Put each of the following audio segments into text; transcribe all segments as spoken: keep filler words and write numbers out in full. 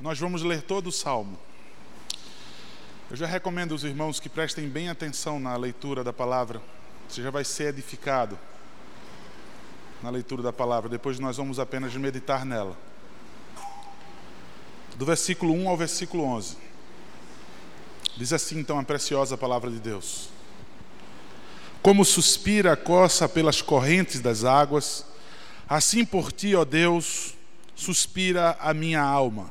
Nós vamos ler todo o Salmo. Eu já recomendo aos irmãos que prestem bem atenção na leitura da palavra. Você já vai ser edificado na leitura da palavra. Depois nós vamos apenas meditar nela. Do versículo um ao versículo onze. Diz assim então a preciosa palavra de Deus. Como suspira a coça pelas correntes das águas, assim por ti, ó Deus, suspira a minha alma.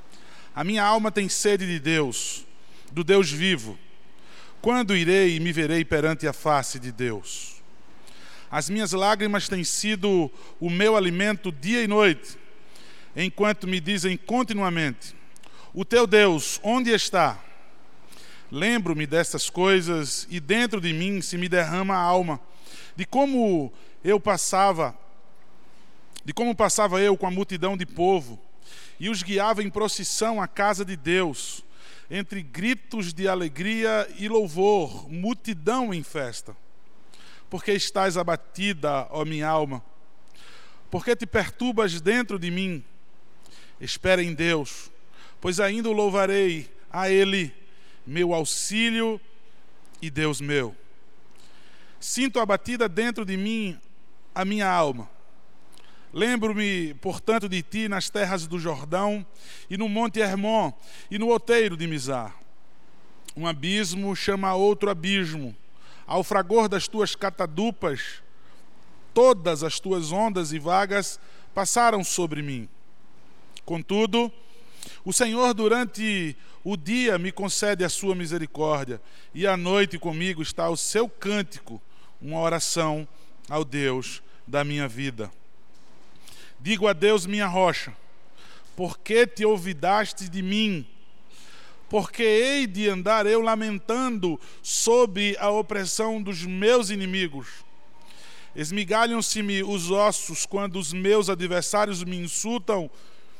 A minha alma tem sede de Deus, do Deus vivo. Quando irei e me verei perante a face de Deus? As minhas lágrimas têm sido o meu alimento dia e noite, enquanto me dizem continuamente: o teu Deus, onde está? Lembro-me destas coisas e dentro de mim se me derrama a alma, de como eu passava, de como passava eu com a multidão de povo, e os guiava em procissão à casa de Deus, entre gritos de alegria e louvor, multidão em festa. Porque estás abatida, ó minha alma? Porque te perturbas dentro de mim? Espera em Deus, pois ainda o louvarei a Ele, meu auxílio e Deus meu. Sinto abatida dentro de mim a minha alma. Lembro-me, portanto, de ti nas terras do Jordão, e no monte Hermon, e no outeiro de Mizar. Um abismo chama outro abismo. Ao fragor das tuas catadupas, todas as tuas ondas e vagas passaram sobre mim. Contudo, o Senhor durante o dia me concede a sua misericórdia, e à noite comigo está o seu cântico, uma oração ao Deus da minha vida. Digo a Deus, minha rocha: por que te olvidaste de mim? Porque hei de andar eu lamentando sob a opressão dos meus inimigos. Esmigalham-se-me os ossos quando os meus adversários me insultam,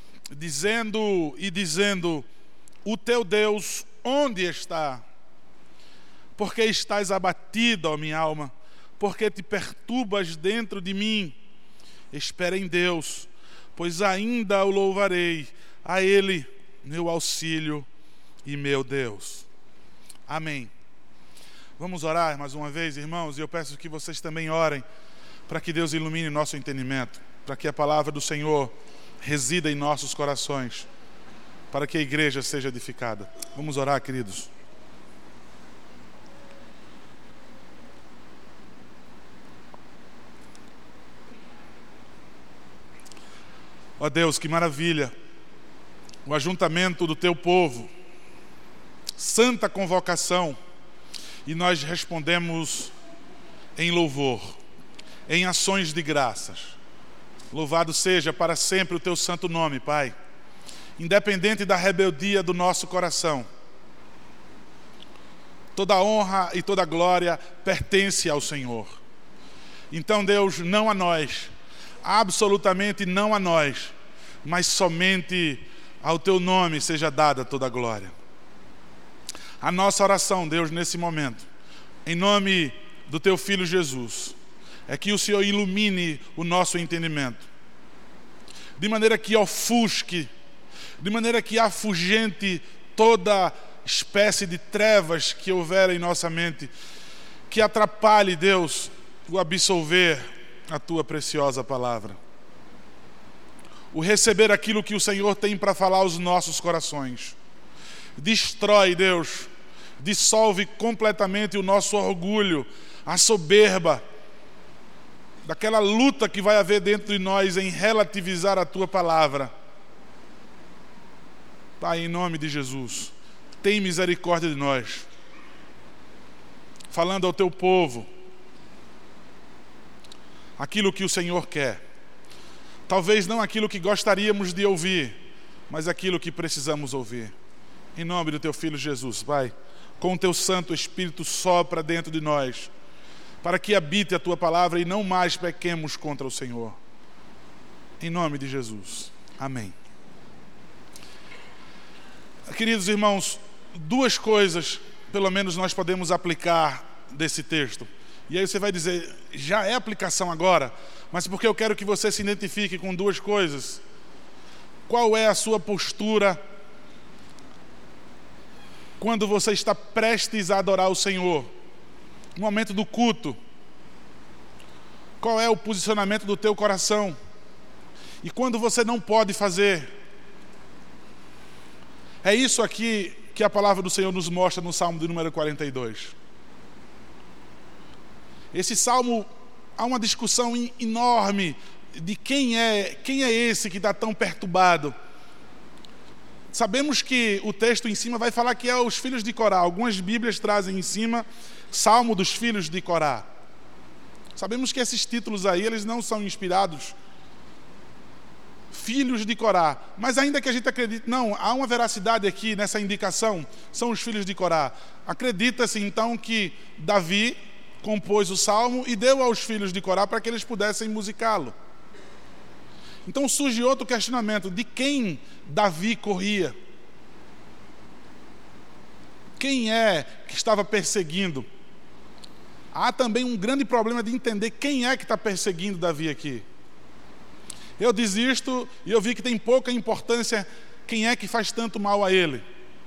dizendo e dizendo: o teu Deus onde está? Porque estás abatida, ó minha alma? Porque te perturbas dentro de mim? Espera em Deus, pois ainda o louvarei, a Ele, meu auxílio e meu Deus. Amém. Vamos orar mais uma vez, irmãos, e eu peço que vocês também orem, para que Deus ilumine nosso entendimento, para que a palavra do Senhor resida em nossos corações, para que a igreja seja edificada. Vamos orar, queridos. Ó Deus, que maravilha, o ajuntamento do teu povo, santa convocação, e nós respondemos em louvor, em ações de graças. Louvado seja para sempre o teu santo nome, Pai, independente da rebeldia do nosso coração. Toda a honra e toda a glória pertence ao Senhor. Então, Deus, não a nós, absolutamente não a nós, mas somente ao teu nome seja dada toda a glória. A nossa oração, Deus, nesse momento, em nome do teu Filho Jesus, é que o Senhor ilumine o nosso entendimento, de maneira que ofusque, de maneira que afugente toda espécie de trevas que houver em nossa mente, que atrapalhe, Deus, o absolver a tua preciosa palavra, o receber aquilo que o Senhor tem para falar aos nossos corações. Destrói, Deus, dissolve completamente o nosso orgulho, a soberba, daquela luta que vai haver dentro de nós em relativizar a tua palavra. Pai, em nome de Jesus, tem misericórdia de nós, falando ao teu povo aquilo que o Senhor quer. Talvez não aquilo que gostaríamos de ouvir, mas aquilo que precisamos ouvir. Em nome do teu Filho Jesus, Pai, com o teu Santo Espírito sopra dentro de nós, para que habite a tua palavra e não mais pequemos contra o Senhor. Em nome de Jesus. Amém. Queridos irmãos, duas coisas, pelo menos nós podemos aplicar desse texto. E aí você vai dizer, já é aplicação agora? Mas porque eu quero que você se identifique com duas coisas. Qual é a sua postura quando você está prestes a adorar o Senhor, no momento do culto, qual é o posicionamento do teu coração? E quando você não pode fazer? É isso aqui que a palavra do Senhor nos mostra no Salmo de número quarenta e dois. Esse Salmo, há uma discussão enorme de quem é, quem é esse que está tão perturbado. Sabemos que o texto em cima vai falar que é os filhos de Corá. Algumas Bíblias trazem em cima Salmo dos filhos de Corá. Sabemos que esses títulos aí, eles não são inspirados. Filhos de Corá. Mas ainda que a gente acredite, não, há uma veracidade aqui nessa indicação, são os filhos de Corá. Acredita-se então que Davi compôs o Salmo e deu aos filhos de Corá para que eles pudessem musicá-lo. Então surge outro questionamento, de quem Davi corria? Quem é que estava perseguindo? Há também um grande problema de entender quem é que está perseguindo Davi aqui. Eu desisto e eu vi que tem pouca importância quem é que faz tanto mal a ele.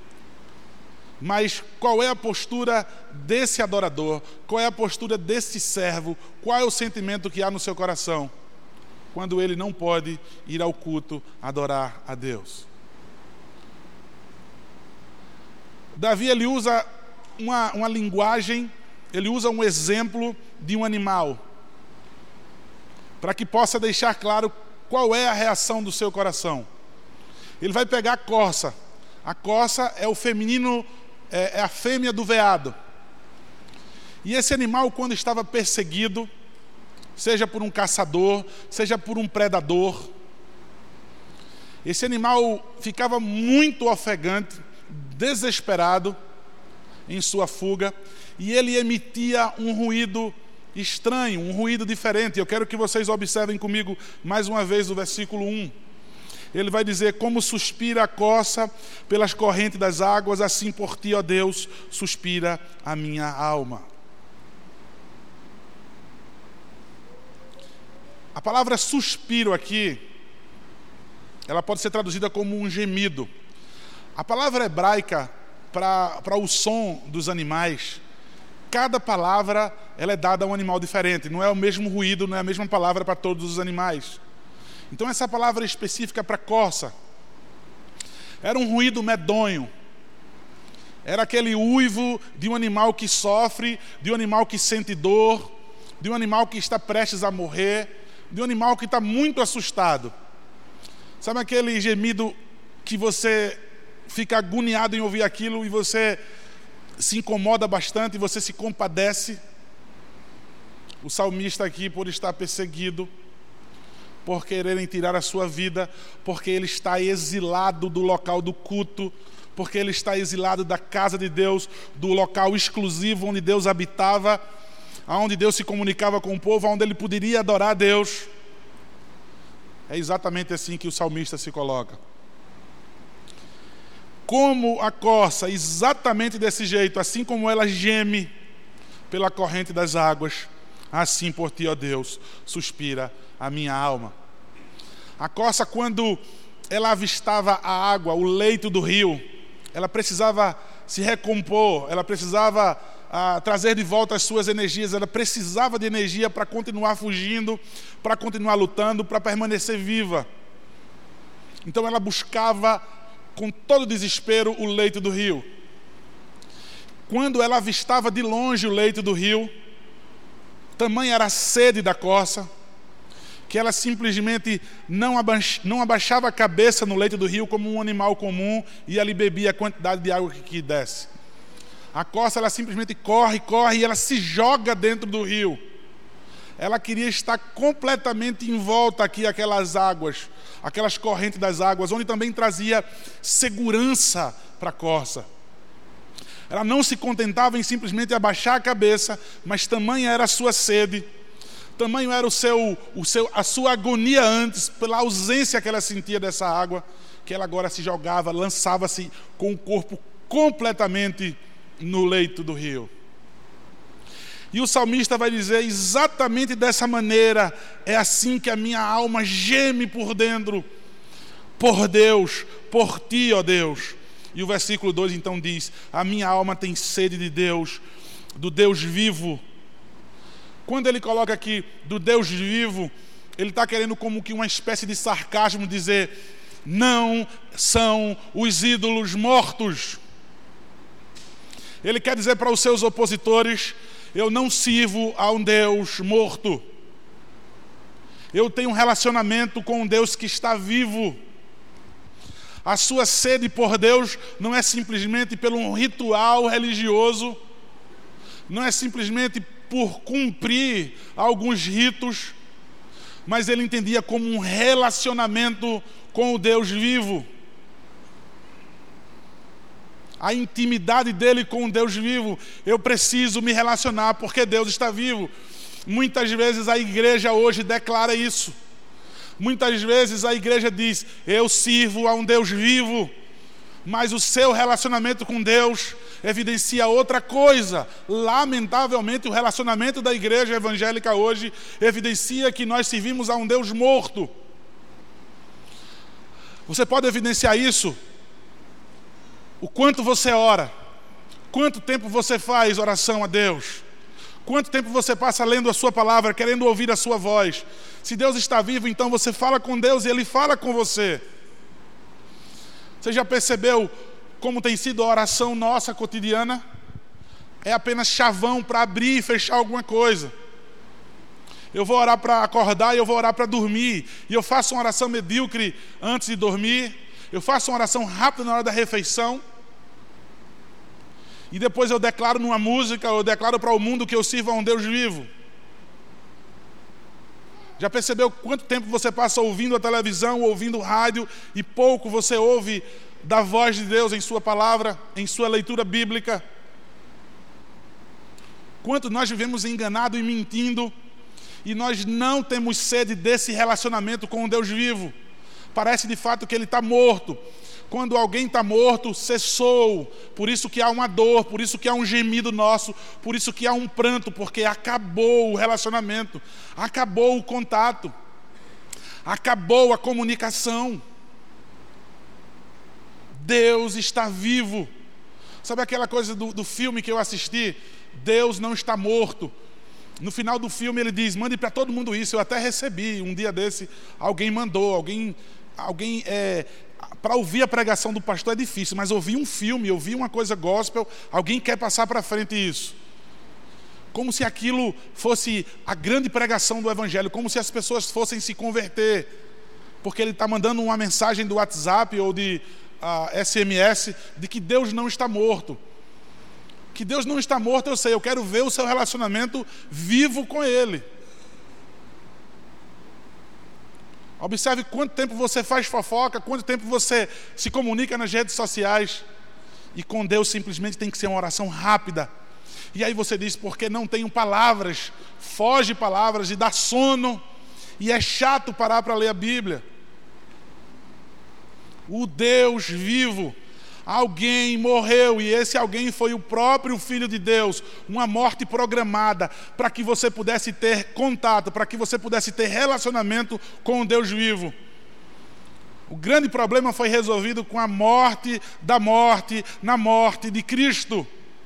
Mas qual é a postura desse adorador? Qual é a postura desse servo? Qual é o sentimento que há no seu coração quando ele não pode ir ao culto adorar a Deus? Davi, ele usa uma, uma linguagem, ele usa um exemplo de um animal, para que possa deixar claro qual é a reação do seu coração. Ele vai pegar a corça. A corça é o feminino, é, é a fêmea do veado. E esse animal, quando estava perseguido, seja por um caçador, seja por um predador, esse animal ficava muito ofegante, desesperado em sua fuga, e ele emitia um ruído estranho, um ruído diferente. Eu quero que vocês observem comigo mais uma vez o versículo um. Ele vai dizer: como suspira a corça pelas correntes das águas, assim por ti, ó Deus, suspira a minha alma. A palavra suspiro aqui, ela pode ser traduzida como um gemido. A palavra hebraica para o som dos animais, cada palavra ela é dada a um animal diferente. Não é o mesmo ruído, não é a mesma palavra para todos os animais. Então essa palavra específica para corça era um ruído medonho. Era aquele uivo de um animal que sofre, de um animal que sente dor, de um animal que está prestes a morrer, de um animal que está muito assustado. Sabe aquele gemido que você fica agoniado em ouvir aquilo e você se incomoda bastante e você se compadece? O salmista aqui, por estar perseguido, por quererem tirar a sua vida, porque ele está exilado do local do culto, porque ele está exilado da casa de Deus, do local exclusivo onde Deus habitava, onde Deus se comunicava com o povo, onde ele poderia adorar a Deus. É exatamente assim que o salmista se coloca. Como a corça, exatamente desse jeito, assim como ela geme pela corrente das águas, assim por ti, ó Deus, suspira a minha alma. A corça, quando ela avistava a água, o leito do rio, ela precisava se recompor, ela precisava ah, trazer de volta as suas energias, ela precisava de energia para continuar fugindo, para continuar lutando, para permanecer viva. Então ela buscava com todo desespero o leito do rio. Quando ela avistava de longe o leito do rio, tamanha era a sede da corça, que ela simplesmente não abaixava a cabeça no leito do rio como um animal comum e ali bebia a quantidade de água que, que desce. A corça, ela simplesmente corre, corre e ela se joga dentro do rio. Ela queria estar completamente em volta aqui aquelas águas, aquelas correntes das águas, onde também trazia segurança para a corça. Ela não se contentava em simplesmente abaixar a cabeça, mas tamanha era a sua sede, tamanho era o seu, o seu, a sua agonia antes, pela ausência que ela sentia dessa água, que ela agora se jogava, lançava-se com o corpo completamente no leito do rio. E o salmista vai dizer exatamente dessa maneira: é assim que a minha alma geme por dentro, por Deus, por ti, ó Deus, E o versículo dois então diz: a minha alma tem sede de Deus, do Deus vivo. Quando ele coloca aqui do Deus vivo, ele está querendo como que uma espécie de sarcasmo dizer: não são os ídolos mortos. Ele quer dizer para os seus opositores: eu não sirvo a um Deus morto. Eu tenho um relacionamento com um Deus que está vivo. A sua sede por Deus não é simplesmente pelo um ritual religioso, não é simplesmente por cumprir alguns ritos, mas ele entendia como um relacionamento com o Deus vivo. A intimidade dele com o Deus vivo. Eu preciso me relacionar porque Deus está vivo. Muitas vezes a igreja hoje declara isso. Muitas vezes a igreja diz: eu sirvo a um Deus vivo, mas o seu relacionamento com Deus evidencia outra coisa. Lamentavelmente, o relacionamento da igreja evangélica hoje evidencia que nós servimos a um Deus morto. Você pode evidenciar isso? O quanto você ora, quanto tempo você faz oração a Deus, quanto tempo você passa lendo a sua palavra, querendo ouvir a sua voz. Se Deus está vivo, então você fala com Deus e Ele fala com você. Você já percebeu como tem sido a oração nossa cotidiana? É apenas chavão para abrir e fechar alguma coisa. Eu vou orar para acordar e eu vou orar para dormir. E eu faço uma oração medíocre antes de dormir. Eu faço uma oração rápida na hora da refeição. E depois eu declaro numa música, eu declaro para o mundo que eu sirvo a um Deus vivo. Já percebeu quanto tempo você passa ouvindo a televisão, ouvindo o rádio, e pouco você ouve da voz de Deus em sua palavra, em sua leitura bíblica? Quanto nós vivemos enganados e mentindo, e nós não temos sede desse relacionamento com o Deus vivo. Parece de fato que ele está morto. Quando alguém está morto, cessou. Por isso que há uma dor, por isso que há um gemido nosso, por isso que há um pranto, porque acabou o relacionamento, acabou o contato, acabou a comunicação. Deus está vivo. Sabe aquela coisa do, do filme que eu assisti? Deus não está morto. No final do filme ele diz: mande para todo mundo isso. Eu até recebi, um dia desse, alguém mandou, alguém... alguém é, para ouvir a pregação do pastor é difícil, mas ouvir um filme, ouvir uma coisa gospel, alguém quer passar para frente isso. Como se aquilo fosse a grande pregação do evangelho, como se as pessoas fossem se converter, porque ele está mandando uma mensagem do WhatsApp ou de uh, S M S de que Deus não está morto. Que Deus não está morto, eu sei, eu quero ver o seu relacionamento vivo com Ele. Observe quanto tempo você faz fofoca, quanto tempo você se comunica nas redes sociais. E com Deus simplesmente tem que ser uma oração rápida. E aí você diz: porque não tenho palavras, foge palavras e dá sono. E é chato parar para ler a Bíblia. O Deus vivo. Alguém morreu, e esse alguém foi o próprio Filho de Deus, uma morte programada, para que você pudesse ter contato, para que você pudesse ter relacionamento com o Deus vivo. O grande problema foi resolvido com a morte da morte, na morte de Cristo.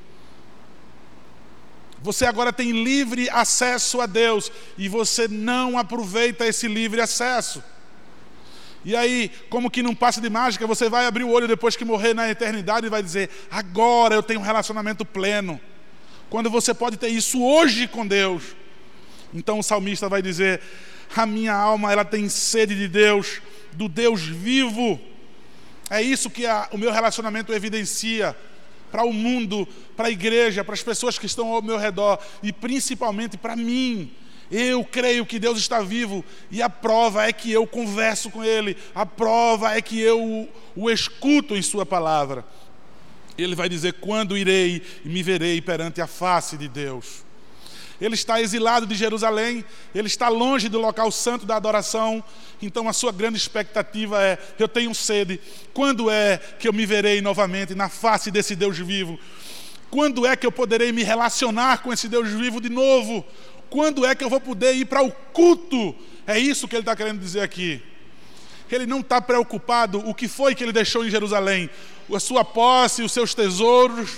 Você agora tem livre acesso a Deus, e você não aproveita esse livre acesso. E aí, como que num passe de mágica, você vai abrir o olho depois que morrer na eternidade e vai dizer: agora eu tenho um relacionamento pleno. Quando você pode ter isso hoje com Deus. Então o salmista vai dizer: a minha alma ela tem sede de Deus, do Deus vivo. É isso que a, o meu relacionamento evidencia para o mundo, para a igreja, para as pessoas que estão ao meu redor e principalmente para mim. Eu creio que Deus está vivo, e a prova é que eu converso com Ele, a prova é que eu o, o escuto em sua palavra. Ele vai dizer: quando irei e me verei perante a face de Deus. Ele está exilado de Jerusalém, ele está longe do local santo da adoração, então a sua grande expectativa é: eu tenho sede, quando é que eu me verei novamente na face desse Deus vivo? Quando é que eu poderei me relacionar com esse Deus vivo de novo? Quando é que eu vou poder ir para o culto? É isso que ele está querendo dizer aqui. Ele não está preocupado o que foi que ele deixou em Jerusalém. a sua posse, os seus tesouros,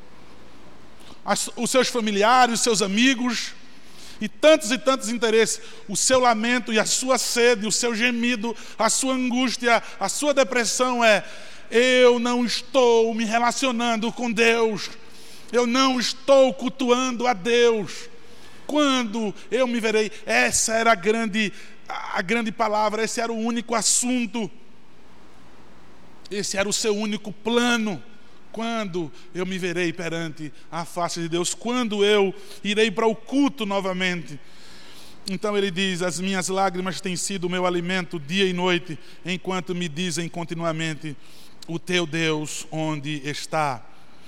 as, os seus familiares, os seus amigos, e tantos e tantos interesses. O seu lamento e a sua sede, o seu gemido, a sua angústia, a sua depressão é: eu não estou me relacionando com Deus, eu não estou cultuando a Deus. Quando eu me verei? Essa era a grande, a grande palavra, esse era o único assunto, esse era o seu único plano. Quando eu me verei perante a face de Deus? Quando eu irei para o culto novamente? Então ele diz: as minhas lágrimas têm sido o meu alimento dia e noite, enquanto me dizem continuamente: o teu Deus onde está?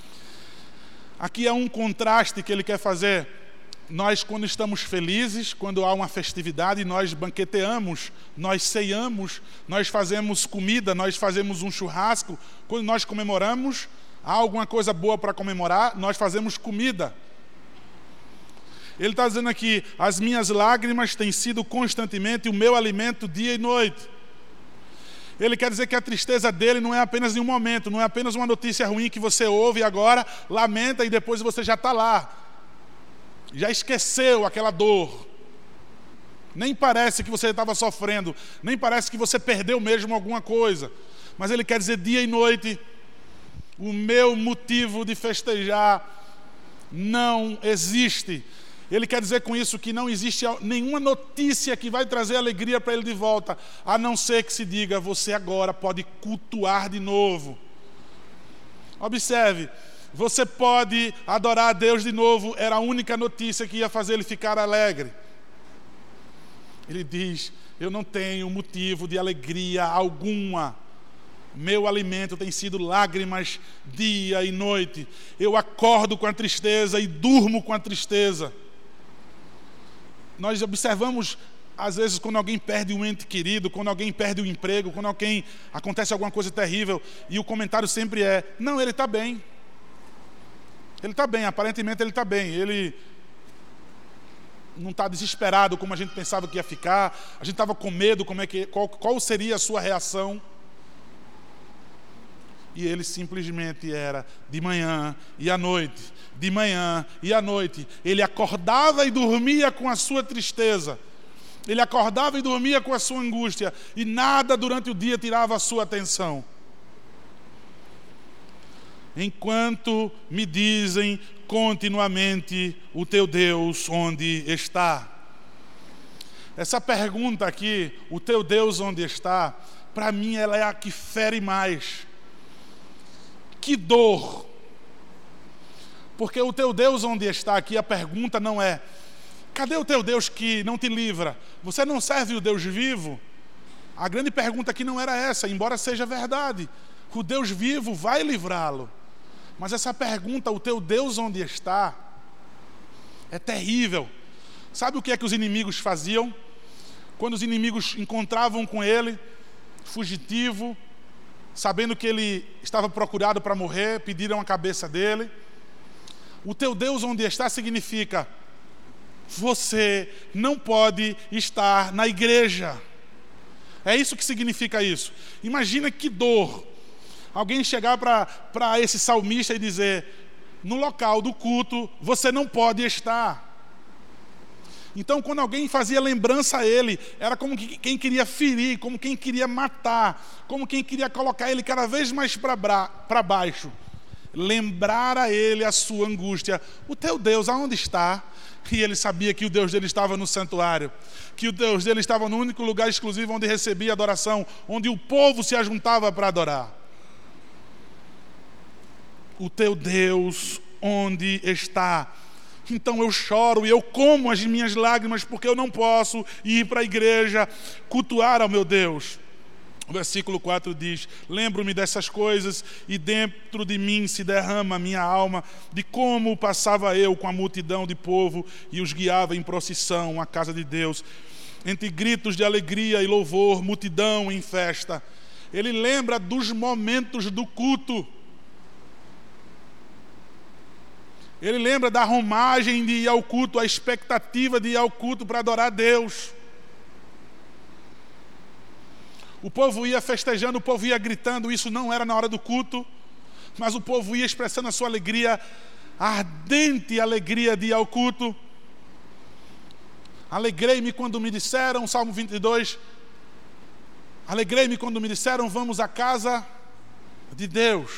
Aqui é um contraste que ele quer fazer. Nós, quando estamos felizes, quando há uma festividade, nós banqueteamos, nós ceiamos, nós fazemos comida, nós fazemos um churrasco. Quando nós comemoramos, há alguma coisa boa para comemorar, nós fazemos comida. Ele está dizendo aqui: as minhas lágrimas têm sido constantemente o meu alimento dia e noite. Ele quer dizer que a tristeza dele não é apenas em um momento, não é apenas uma notícia ruim que você ouve e agora lamenta e depois você já está lá. Já esqueceu aquela dor. Nem parece que você estava sofrendo, nem parece que você perdeu mesmo alguma coisa. Mas ele quer dizer dia e noite: o meu motivo de festejar não existe. Ele quer dizer com isso que não existe nenhuma notícia que vai trazer alegria para ele de volta, a não ser que se diga: você agora pode cultuar de novo. Observe, você pode adorar a Deus de novo, era a única notícia que ia fazer ele ficar alegre. Ele diz: eu não tenho motivo de alegria alguma. Meu alimento tem sido lágrimas dia e noite. Eu acordo com a tristeza e durmo com a tristeza. Nós observamos, às vezes, quando alguém perde um ente querido, quando alguém perde o emprego, quando alguém acontece alguma coisa terrível, e o comentário sempre é: não, ele está bem. Ele está bem, aparentemente ele está bem. Ele não está desesperado como a gente pensava que ia ficar. A gente estava com medo, como é que, qual, qual seria a sua reação. E ele simplesmente era de manhã e à noite, de manhã e à noite. Ele acordava e dormia com a sua tristeza. Ele acordava e dormia com a sua angústia. E nada durante o dia tirava a sua atenção. Enquanto me dizem continuamente: o teu Deus onde está? Essa pergunta aqui, o teu Deus onde está, para mim ela é a que fere mais. Que dor! Porque o teu Deus onde está aqui, a pergunta não é: cadê o teu Deus que não te livra? Você não serve o Deus vivo? A grande pergunta aqui não era essa, embora seja verdade. O Deus vivo vai livrá-lo. Mas essa pergunta, o teu Deus onde está, é terrível. Sabe o que é que os inimigos faziam? Quando os inimigos encontravam com ele, fugitivo, sabendo que ele estava procurado para morrer, pediram a cabeça dele. O teu Deus onde está significa: você não pode estar na igreja. É isso que significa isso. Imagina que dor alguém chegar para esse salmista e dizer: no local do culto você não pode estar. Então, quando alguém fazia lembrança a ele, era como quem queria ferir, como quem queria matar, como quem queria colocar ele cada vez mais para baixo. Lembrar a ele a sua angústia. O teu Deus aonde está? E ele sabia que o Deus dele estava no santuário, que o Deus dele estava no único lugar exclusivo onde recebia adoração, onde o povo se ajuntava para adorar. O teu Deus onde está? Então eu choro e eu como as minhas lágrimas, porque eu não posso ir para a igreja cultuar ao meu Deus. O versículo quatro diz: lembro-me dessas coisas e dentro de mim se derrama a minha alma, de como passava eu com a multidão de povo e os guiava em procissão à casa de Deus, entre gritos de alegria e louvor, multidão em festa. Ele lembra dos momentos do culto. Ele lembra da romagem de ir ao culto, a expectativa de ir ao culto para adorar a Deus. O povo ia festejando, o povo ia gritando, isso não era na hora do culto. mas o povo ia expressando a sua alegria, a ardente alegria de ir ao culto. Alegrei-me quando me disseram, Salmo vinte e dois, alegrei-me quando me disseram, vamos à casa de Deus.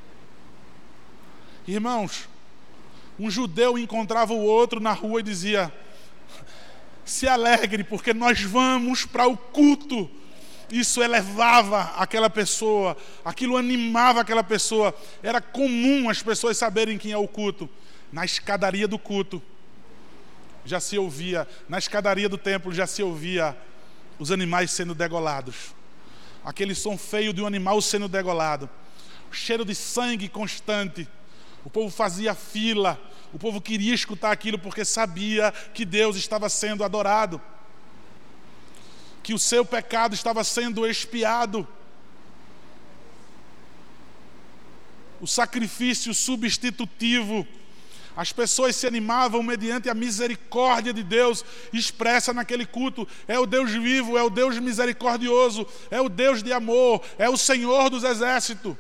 Irmãos, um judeu encontrava o outro na rua e dizia, se alegre, porque nós vamos para o culto. Isso elevava aquela pessoa, aquilo animava aquela pessoa. Era comum as pessoas saberem quem é o culto. Na escadaria do culto, já se ouvia, na escadaria do templo, já se ouvia os animais sendo degolados. Aquele som feio de um animal sendo degolado. O cheiro de sangue constante. O povo fazia fila. O povo queria escutar aquilo porque sabia que Deus estava sendo adorado, que o seu pecado estava sendo expiado. O sacrifício substitutivo. As pessoas se animavam mediante a misericórdia de Deus expressa naquele culto. É o Deus vivo, é o Deus misericordioso, é o Deus de amor, é o Senhor dos exércitos.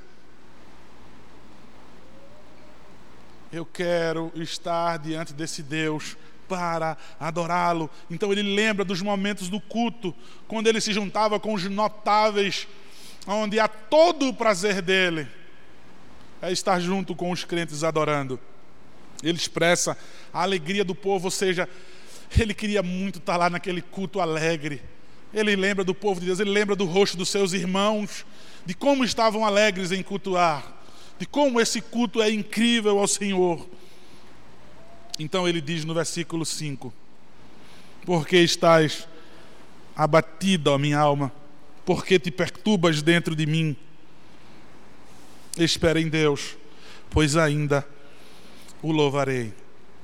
Eu quero estar diante desse Deus para adorá-lo. Então ele lembra dos momentos do culto, quando ele se juntava com os notáveis, onde há todo o prazer dele é estar junto com os crentes adorando. Ele expressa a alegria do povo, ou seja, ele queria muito estar lá naquele culto alegre. Ele lembra do povo de Deus, ele lembra do rosto dos seus irmãos, de como estavam alegres em cultuar, de como esse culto é incrível ao Senhor. Então ele diz no versículo cinco, porque estás abatida, ó minha alma, porque te perturbas dentro de mim? Espera em Deus, pois ainda o louvarei.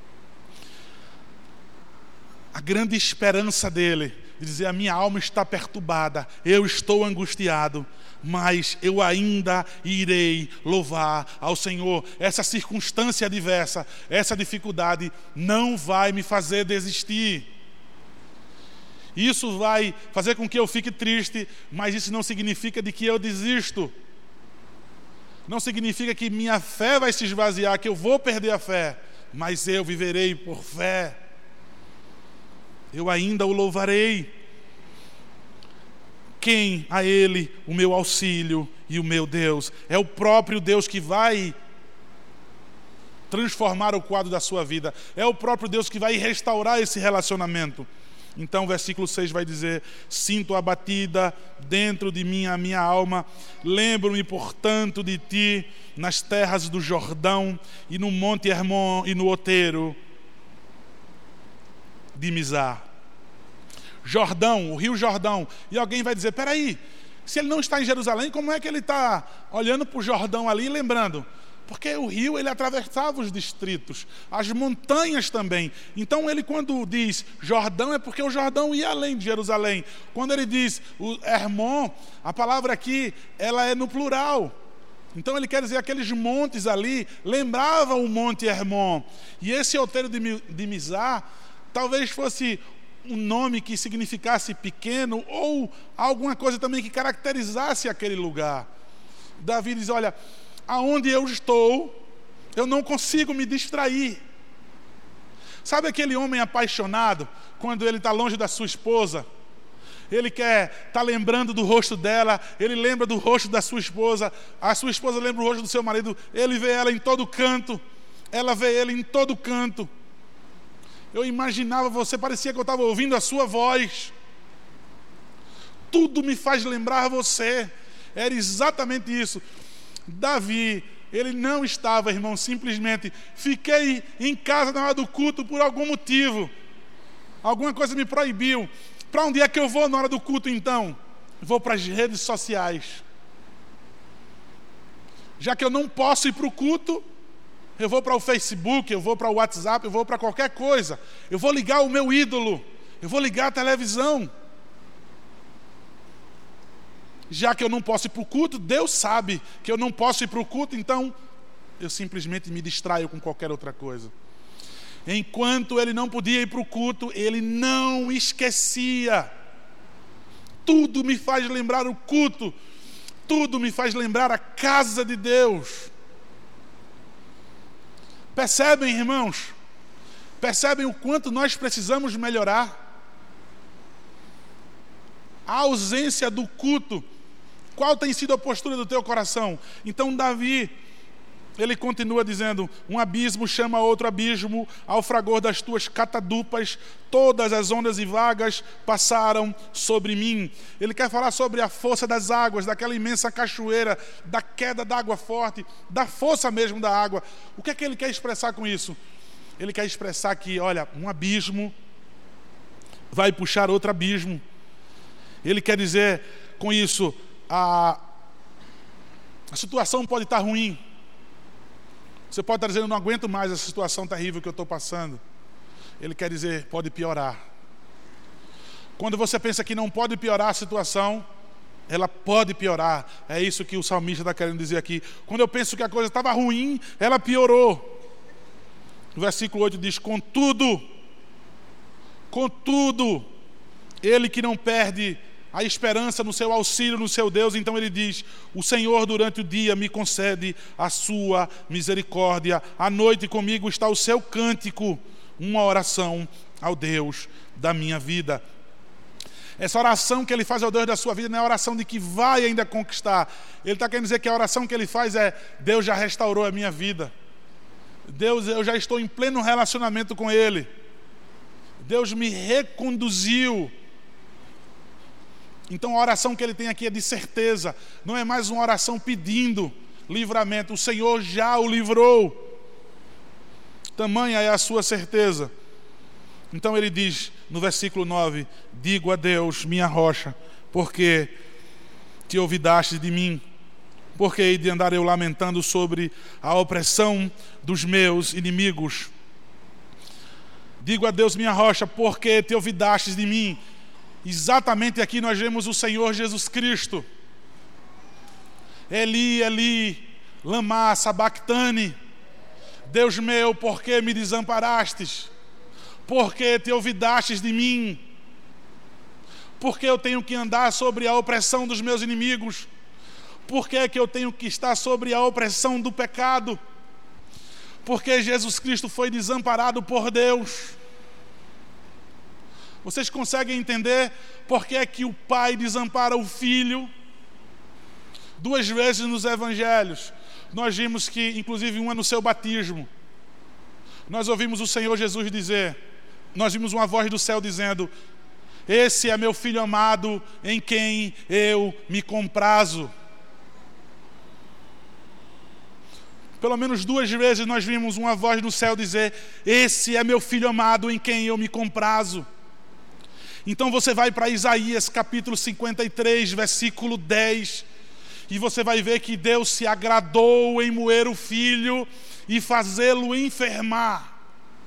A grande esperança dele, de dizer, a minha alma está perturbada, eu estou angustiado, mas eu ainda irei louvar ao Senhor. Essa circunstância adversa, essa dificuldade não vai me fazer desistir. Isso vai fazer com que eu fique triste, mas isso não significa de que eu desisto. Não significa que minha fé vai se esvaziar, que eu vou perder a fé, mas eu viverei por fé. Eu ainda o louvarei. Quem a Ele o meu auxílio e o meu Deus? É o próprio Deus que vai transformar o quadro da sua vida. É o próprio Deus que vai restaurar esse relacionamento. Então o versículo seis vai dizer, sinto abatida dentro de mim a minha alma, lembro-me portanto de ti nas terras do Jordão e no monte Hermon e no outeiro de Mizar. Jordão, o rio Jordão. E alguém vai dizer, peraí, se ele não está em Jerusalém, como é que ele está olhando para o Jordão ali e lembrando? Porque o rio, ele atravessava os distritos, as montanhas também. Então ele, quando diz Jordão, é porque o Jordão ia além de Jerusalém. Quando ele diz o Hermon, a palavra aqui, ela é no plural. Então ele quer dizer, aqueles montes ali, lembravam o monte Hermon. E esse outeiro de Mizar, talvez fosse um nome que significasse pequeno, ou alguma coisa também que caracterizasse aquele lugar. Davi diz, olha, aonde eu estou, eu não consigo me distrair. Sabe aquele homem apaixonado, quando ele está longe da sua esposa? Ele quer estar lembrando do rosto dela, ele lembra do rosto da sua esposa, a sua esposa lembra o rosto do seu marido, ele vê ela em todo canto, ela vê ele em todo canto. Eu imaginava você, parecia que eu estava ouvindo a sua voz. Tudo me faz lembrar você. Era exatamente isso. Davi, ele não estava, irmão, simplesmente fiquei em casa na hora do culto por algum motivo. Alguma coisa me proibiu. Para onde é que eu vou na hora do culto então? Vou para as redes sociais. Já que eu não posso ir para o culto, eu vou para o Facebook, eu vou para o WhatsApp, eu vou para qualquer coisa. Eu vou ligar o meu ídolo, eu vou ligar a televisão. Já que eu não posso ir para o culto, Deus sabe que eu não posso ir para o culto, então eu simplesmente me distraio com qualquer outra coisa. Enquanto ele não podia ir para o culto, ele não esquecia. Tudo me faz lembrar o culto, tudo me faz lembrar a casa de Deus. Percebem, irmãos? Percebem o quanto nós precisamos melhorar? A ausência do culto. Qual tem sido a postura do teu coração? Então Davi, ele continua dizendo: um abismo chama outro abismo, ao fragor das tuas catadupas, todas as ondas e vagas passaram sobre mim. Ele quer falar sobre a força das águas, daquela imensa cachoeira, da queda da água forte, da força mesmo da água. O que é que ele quer expressar com isso? Ele quer expressar que, olha, um abismo vai puxar outro abismo. Ele quer dizer com isso, a, a situação pode estar ruim. Você pode estar dizendo: não aguento mais essa situação terrível que eu estou passando. Ele quer dizer: pode piorar. Quando você pensa que não pode piorar a situação, ela pode piorar. É isso que o salmista está querendo dizer aqui. Quando eu penso que a coisa estava ruim, ela piorou. O versículo oito diz: contudo, contudo, ele que não perde a esperança no seu auxílio, no seu Deus, então ele diz: o Senhor durante o dia me concede a sua misericórdia, à noite comigo está o seu cântico, uma oração ao Deus da minha vida. Essa oração que ele faz ao Deus da sua vida não é a oração de que vai ainda conquistar. Ele está querendo dizer que a oração que ele faz é: Deus já restaurou a minha vida. Deus, eu já estou em pleno relacionamento com Ele. Deus me reconduziu. Então a oração que ele tem aqui é de certeza. Não é mais uma oração pedindo livramento. O Senhor já o livrou. Tamanha é a sua certeza. Então ele diz no versículo nove: digo a Deus, minha rocha, porque te olvidaste de mim. Porque hei de andar eu lamentando sobre a opressão dos meus inimigos. Digo a Deus, minha rocha, porque te olvidastes de mim. Exatamente aqui nós vemos o Senhor Jesus Cristo. Eli, Eli, lama sabactani. Deus meu, por que me desamparastes? Por que te olvidastes de mim? Por que eu tenho que andar sobre a opressão dos meus inimigos? Por que é que eu tenho que estar sobre a opressão do pecado? Porque Jesus Cristo foi desamparado por Deus. Vocês conseguem entender por que é que o Pai desampara o Filho? Duas vezes nos Evangelhos, nós vimos que, inclusive uma no seu batismo, nós ouvimos o Senhor Jesus dizer, nós vimos uma voz do céu dizendo: esse é meu Filho amado, em quem eu me comprazo. Pelo menos duas vezes nós vimos uma voz do céu dizer: esse é meu Filho amado, em quem eu me comprazo. Então você vai para Isaías capítulo cinquenta e três, versículo dez, e você vai ver que Deus se agradou em moer o filho e fazê-lo enfermar.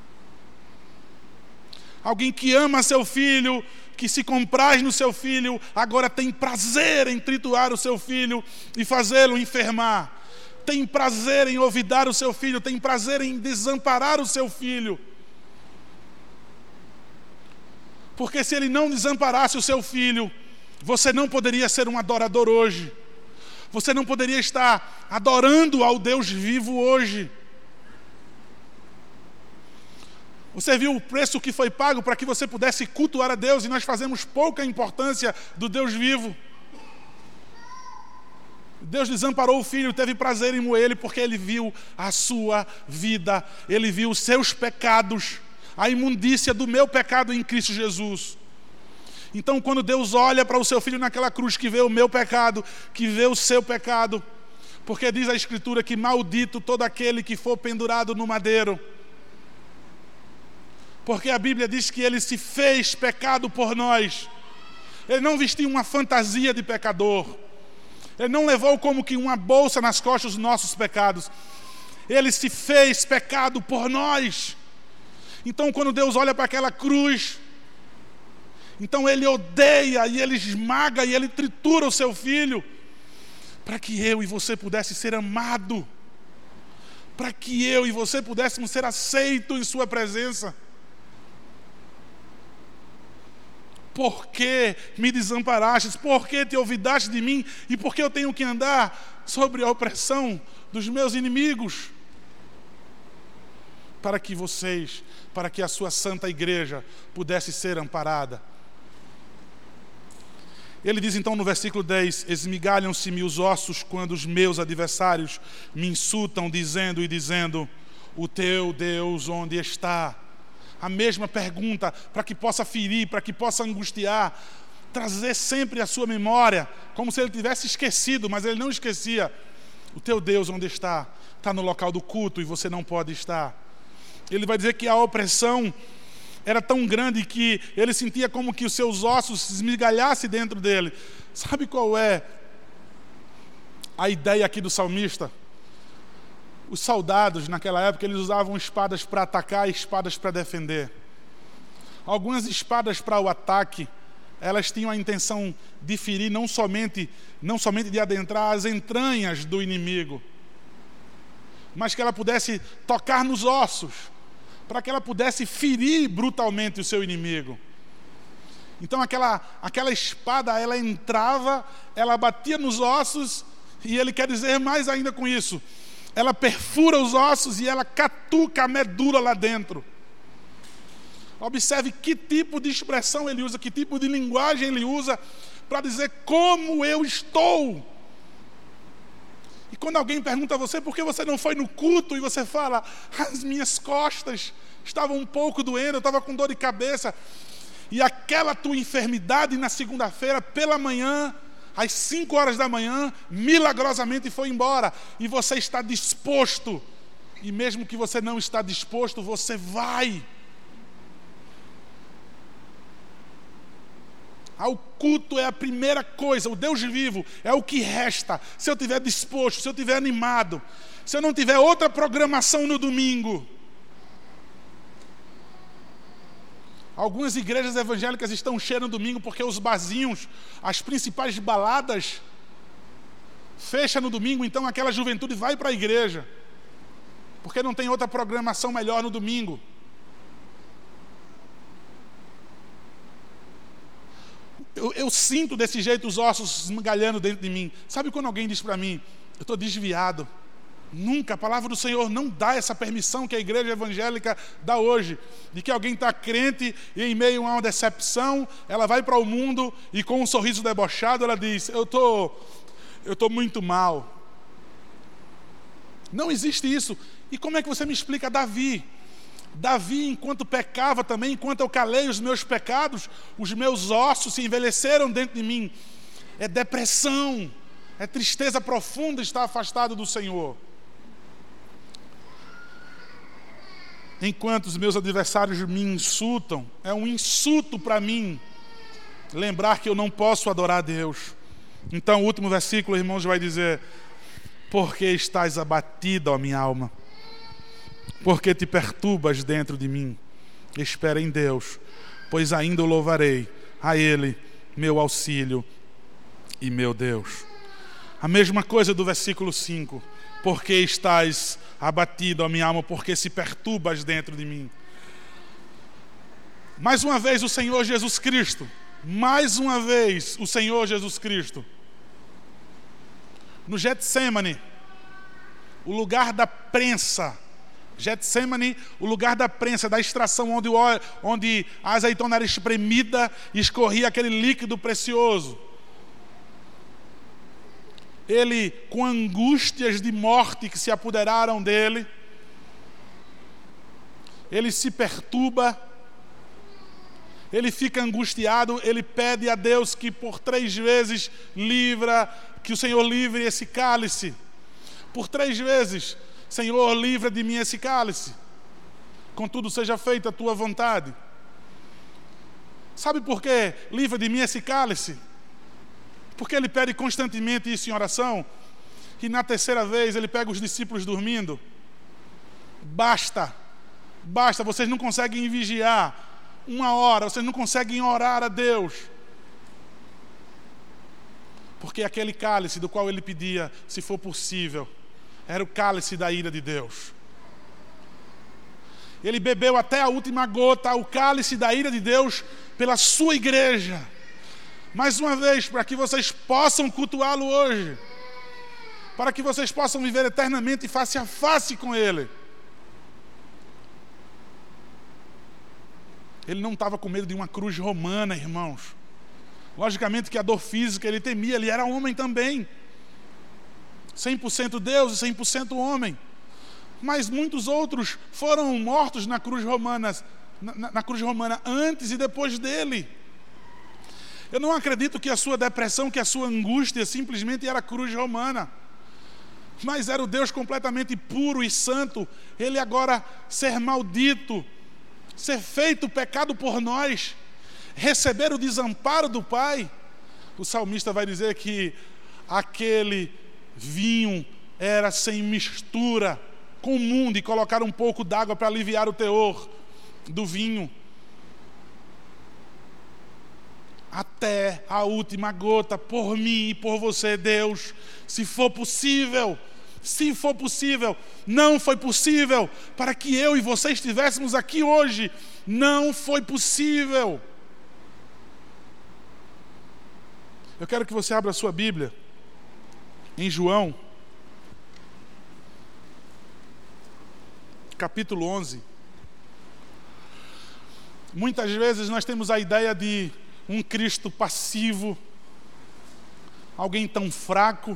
Alguém que ama seu filho, que se compraz no seu filho, agora tem prazer em triturar o seu filho e fazê-lo enfermar. Tem prazer em olvidar o seu filho, tem prazer em desamparar o seu filho. Porque se ele não desamparasse o seu filho, você não poderia ser um adorador hoje. Você não poderia estar adorando ao Deus vivo hoje. Você viu o preço que foi pago para que você pudesse cultuar a Deus, e nós fazemos pouca importância do Deus vivo. Deus desamparou o filho, teve prazer em moer ele, porque ele viu a sua vida, ele viu os seus pecados, a imundícia do meu pecado em Cristo Jesus. Então, quando Deus olha para o seu filho naquela cruz, que vê o meu pecado, que vê o seu pecado, porque diz a Escritura que maldito todo aquele que for pendurado no madeiro. Porque a Bíblia diz que ele se fez pecado por nós. Ele não vestiu uma fantasia de pecador. Ele não levou como que uma bolsa nas costas os nossos pecados. Ele se fez pecado por nós. Então, quando Deus olha para aquela cruz, então ele odeia e ele esmaga e ele tritura o seu filho, para que eu e você pudesse ser amado, para que eu e você pudéssemos ser aceitos em sua presença. Por que me desamparastes? Por que te olvidaste de mim? E por que eu tenho que andar sobre a opressão dos meus inimigos? para que vocês, para que a sua santa igreja pudesse ser amparada. Ele diz então no versículo dez: esmigalham-se-me os ossos quando os meus adversários me insultam, dizendo e dizendo, o teu Deus onde está? A mesma pergunta, para que possa ferir, para que possa angustiar, trazer sempre à sua memória, como se ele tivesse esquecido, mas ele não esquecia. O teu Deus onde está? Está no local do culto e você não pode estar. Ele vai dizer que a opressão era tão grande que ele sentia como que os seus ossos se esmigalhassem dentro dele. Sabe qual é a ideia aqui do salmista? Os soldados naquela época, eles usavam espadas para atacar e espadas para defender. Algumas espadas para o ataque, elas tinham a intenção de ferir, não somente, não somente de adentrar as entranhas do inimigo, mas que ela pudesse tocar nos ossos, para que ela pudesse ferir brutalmente o seu inimigo. Então aquela, aquela espada, ela entrava, ela batia nos ossos, e ele quer dizer mais ainda com isso, ela perfura os ossos e ela catuca a medula lá dentro. Observe que tipo de expressão ele usa, que tipo de linguagem ele usa para dizer como eu estou. E quando alguém pergunta a você por que você não foi no culto, e você fala, as minhas costas estavam um pouco doendo, eu estava com dor de cabeça, e aquela tua enfermidade na segunda-feira pela manhã, às cinco horas da manhã, milagrosamente foi embora, e você está disposto, e mesmo que você não está disposto, você vai ao culto. É a primeira coisa, o Deus vivo é o que resta. Se eu estiver disposto, se eu estiver animado, se eu não tiver outra programação no domingo. Algumas igrejas evangélicas estão cheias no domingo porque os barzinhos, as principais baladas, fecham no domingo, então aquela juventude vai para a igreja, porque não tem outra programação melhor no domingo. Eu, eu sinto desse jeito os ossos esmigalhando dentro de mim. Sabe quando alguém diz para mim, eu estou desviado? Nunca, a palavra do Senhor não dá essa permissão que a igreja evangélica dá hoje, de que alguém está crente e em meio a uma decepção, ela vai para o mundo e com um sorriso debochado ela diz, eu tô, eu tô muito mal. Não existe isso. E como é que você me explica Davi? Davi, enquanto pecava também, enquanto eu calei os meus pecados, os meus ossos se envelheceram dentro de mim. É depressão, é tristeza profunda estar afastado do Senhor. Enquanto os meus adversários me insultam, é um insulto para mim lembrar que eu não posso adorar a Deus. Então o último versículo, irmãos, vai dizer, porque estás abatida, ó minha alma, porque te perturbas dentro de mim. Espera em Deus, pois ainda o louvarei, a Ele, meu auxílio e meu Deus. A mesma coisa do versículo cinco. Porque estás abatido, ó minha alma, porque se perturbas dentro de mim. Mais uma vez o Senhor Jesus Cristo, mais uma vez o Senhor Jesus Cristo, no Getsêmani, o lugar da prensa, Getsêmani, o lugar da prensa, da extração, onde, o óleo, onde a azeitona era espremida e escorria aquele líquido precioso. Ele, com angústias de morte que se apoderaram dele, ele se perturba, ele fica angustiado, ele pede a Deus que por três vezes livra, que o Senhor livre esse cálice. Por três vezes, Senhor, livra de mim esse cálice. Contudo, seja feita a tua vontade. Sabe por quê? Livra de mim esse cálice. Porque ele pede constantemente isso em oração. E na terceira vez ele pega os discípulos dormindo. Basta, basta, vocês não conseguem vigiar uma hora, vocês não conseguem orar a Deus. Porque aquele cálice do qual ele pedia, se for possível, era o cálice da ira de Deus. Ele bebeu até a última gota, o cálice da ira de Deus pela sua igreja. Mais uma vez, para que vocês possam cultuá-lo hoje, para que vocês possam viver eternamente face a face com Ele. Ele não estava com medo de uma cruz romana, irmãos. Logicamente que a dor física ele temia, ele era homem também. cem por cento Deus e cem por cento homem. Mas muitos outros foram mortos na cruz romana, na, na cruz romana antes e depois dele. Eu não acredito que a sua depressão, que a sua angústia simplesmente era a cruz romana. Mas era o Deus completamente puro e santo. Ele agora ser maldito, ser feito pecado por nós, receber o desamparo do Pai. O salmista vai dizer que aquele vinho era sem mistura com o mundo e colocar um pouco d'água para aliviar o teor do vinho. Até a última gota, por mim e por você, Deus, se for possível, se for possível. Não foi possível para que eu e você estivéssemos aqui hoje. Não foi possível. Eu quero que você abra a sua Bíblia em João, capítulo onze. Muitas vezes nós temos a ideia de um Cristo passivo, alguém tão fraco,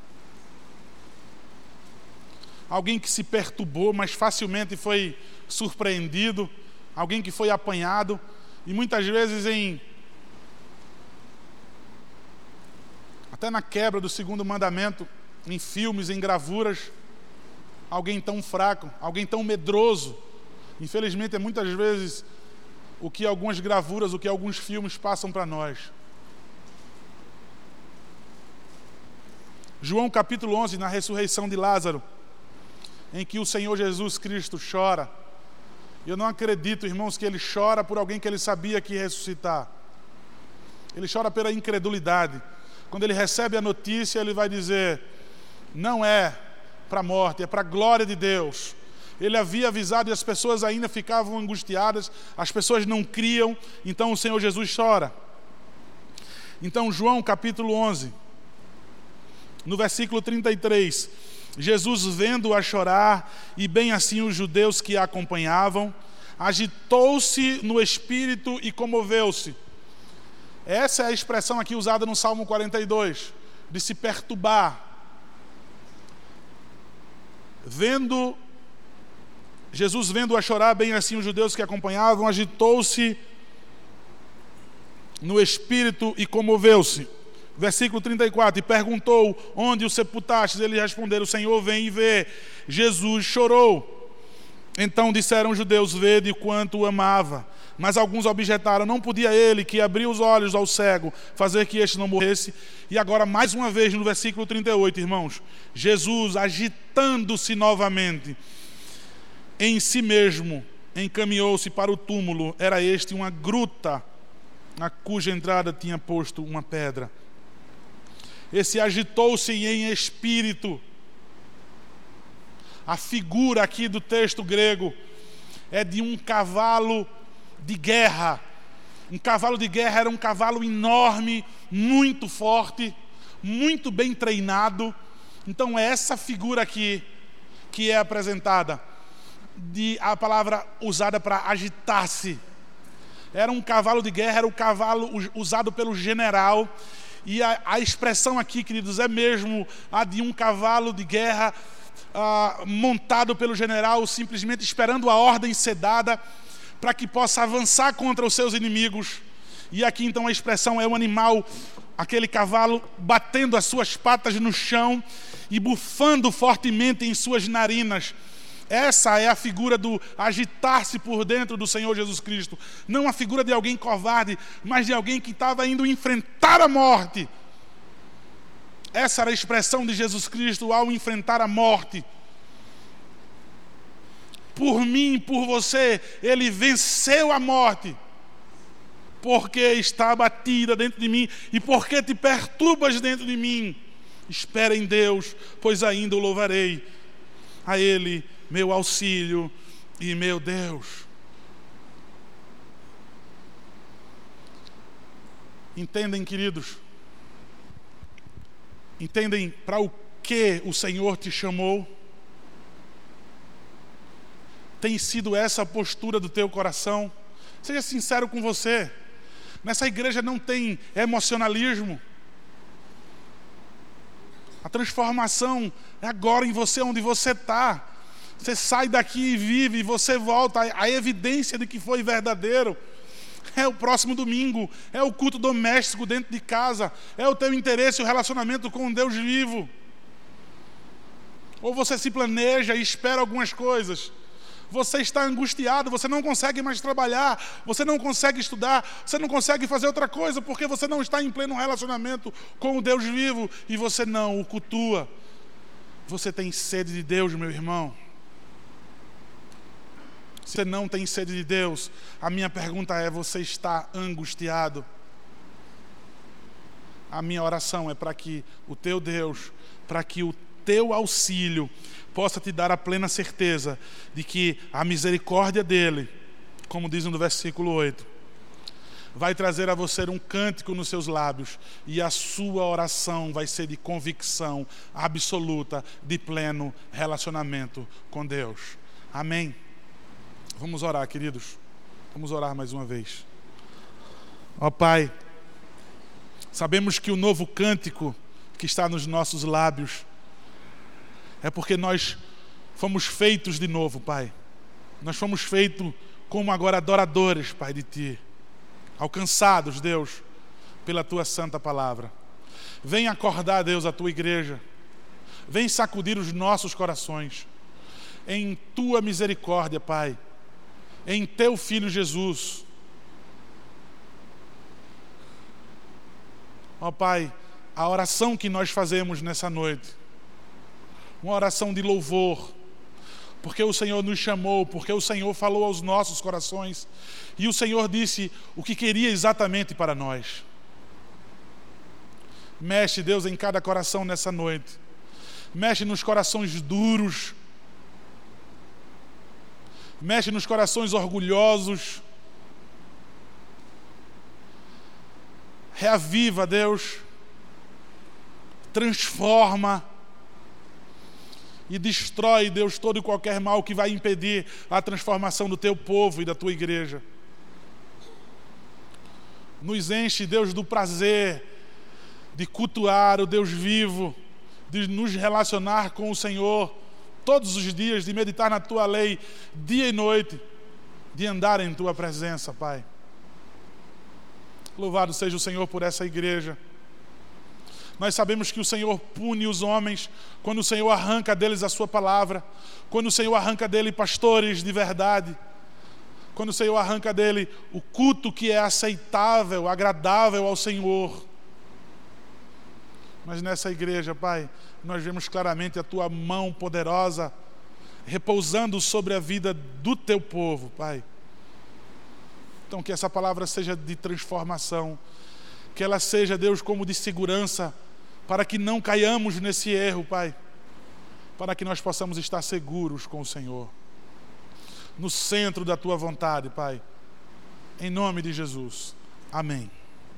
alguém que se perturbou, mas facilmente foi surpreendido, alguém que foi apanhado, e muitas vezes em até na quebra do segundo mandamento, em filmes, em gravuras, alguém tão fraco, alguém tão medroso. Infelizmente é muitas vezes o que algumas gravuras, o que alguns filmes passam para nós. João capítulo onze, na ressurreição de Lázaro, em que o Senhor Jesus Cristo chora. Eu não acredito, irmãos, que ele chora por alguém que ele sabia que ia ressuscitar. Ele chora pela incredulidade. Quando ele recebe a notícia, ele vai dizer, não é para a morte, é para a glória de Deus. Ele havia avisado e as pessoas ainda ficavam angustiadas, as pessoas não criam, então o Senhor Jesus chora. Então, João capítulo onze, no versículo trinta e três, Jesus vendo-a chorar, e bem assim os judeus que a acompanhavam, agitou-se no espírito e comoveu-se. Essa é a expressão aqui usada no Salmo quarenta e dois, de se perturbar. Vendo, Jesus vendo-a chorar, bem assim os judeus que a acompanhavam, agitou-se no espírito e comoveu-se. Versículo trinta e quatro, e perguntou, onde o sepultastes? Eles responderam, Senhor, vem e vê. Jesus chorou. Então disseram os judeus, vede quanto o amava. Mas alguns objetaram, não podia ele, que abriu os olhos ao cego, fazer que este não morresse. E agora, mais uma vez, no versículo trinta e oito, irmãos, Jesus, agitando-se novamente, em si mesmo, encaminhou-se para o túmulo. Era este uma gruta, a cuja entrada tinha posto uma pedra. Esse agitou-se em espírito. A figura aqui do texto grego é de um cavalo de guerra. Um cavalo de guerra era um cavalo enorme, muito forte, muito bem treinado. Então é essa figura aqui que é apresentada, de a palavra usada para agitar-se. Era um cavalo de guerra, era o cavalo usado pelo general. E a, a expressão aqui, queridos, é mesmo a de um cavalo de guerra ah, montado pelo general, simplesmente esperando a ordem ser dada para que possa avançar contra os seus inimigos. E aqui então a expressão é o animal, aquele cavalo batendo as suas patas no chão e bufando fortemente em suas narinas. Essa é a figura do agitar-se por dentro do Senhor Jesus Cristo. Não a figura de alguém covarde, mas de alguém que estava indo enfrentar a morte. Essa era a expressão de Jesus Cristo ao enfrentar a morte. Por mim, por você, ele venceu a morte. Porque está abatida dentro de mim e porque te perturbas dentro de mim. Espera em Deus, pois ainda o louvarei. A ele, meu auxílio e meu Deus. Entendem, queridos? Entendem para o que o Senhor te chamou? Tem sido essa a postura do teu coração? Seja sincero com você. Nessa igreja não tem emocionalismo. A transformação é agora em você, onde você está. Você sai daqui e vive, e você volta. A evidência de que foi verdadeiro é o próximo domingo, é o culto doméstico dentro de casa, é o teu interesse, o relacionamento com Deus vivo. Ou você se planeja e espera algumas coisas. Você está angustiado, você não consegue mais trabalhar, você não consegue estudar, você não consegue fazer outra coisa, porque você não está em pleno relacionamento com o Deus vivo e você não o cultua. Você tem sede de Deus, meu irmão? Se você não tem sede de Deus, a minha pergunta é: você está angustiado? A minha oração é para que o teu Deus, para que o teu auxílio possa te dar a plena certeza de que a misericórdia dele, como diz no versículo oito, vai trazer a você um cântico nos seus lábios, e a sua oração vai ser de convicção absoluta, de pleno relacionamento com Deus. Amém? Vamos orar, queridos. Vamos orar mais uma vez. Ó Pai, sabemos que o novo cântico que está nos nossos lábios é porque nós fomos feitos de novo, Pai. Nós fomos feitos como agora adoradores, Pai, de Ti. Alcançados, Deus, pela Tua santa palavra. Vem acordar, Deus, a Tua igreja. Vem sacudir os nossos corações. Em Tua misericórdia, Pai. Em Teu Filho Jesus. Ó Pai, a oração que nós fazemos nessa noite, uma oração de louvor, porque o Senhor nos chamou, porque o Senhor falou aos nossos corações, e o Senhor disse o que queria exatamente para nós. Mexe, Deus, em cada coração nessa noite. Mexe nos corações duros. Mexe nos corações orgulhosos. Reaviva, Deus. Transforma. E destrói, Deus, todo e qualquer mal que vai impedir a transformação do Teu povo e da Tua igreja. Nos enche, Deus, do prazer de cultuar o Deus vivo, de nos relacionar com o Senhor todos os dias, de meditar na Tua lei dia e noite, de andar em Tua presença, Pai. Louvado seja o Senhor por essa igreja. Nós sabemos que o Senhor pune os homens quando o Senhor arranca deles a sua palavra, quando o Senhor arranca dele pastores de verdade, quando o Senhor arranca dele o culto que é aceitável, agradável ao Senhor. Mas nessa igreja, Pai, nós vemos claramente a Tua mão poderosa repousando sobre a vida do Teu povo, Pai. Então que essa palavra seja de transformação, que ela seja, Deus, como de segurança, para que não caiamos nesse erro, Pai, para que nós possamos estar seguros com o Senhor, no centro da Tua vontade, Pai, em nome de Jesus. Amém.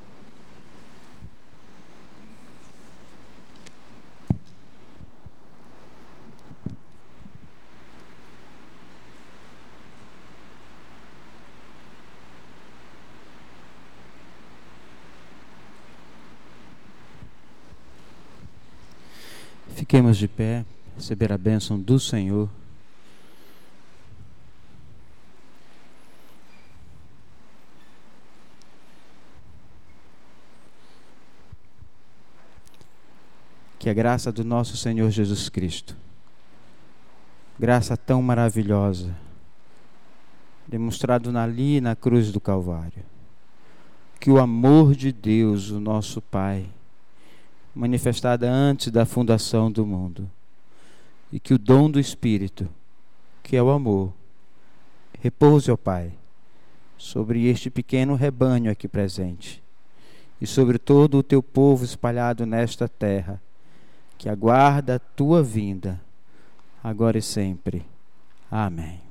Fiquemos de pé, receber a bênção do Senhor. Que a graça do nosso Senhor Jesus Cristo, graça tão maravilhosa, demonstrado ali na cruz do Calvário, que o amor de Deus, o nosso Pai, manifestada antes da fundação do mundo, e que o dom do Espírito, que é o amor, repouse, ó Pai, sobre este pequeno rebanho aqui presente, e sobre todo o Teu povo espalhado nesta terra, que aguarda a Tua vinda, agora e sempre. Amém.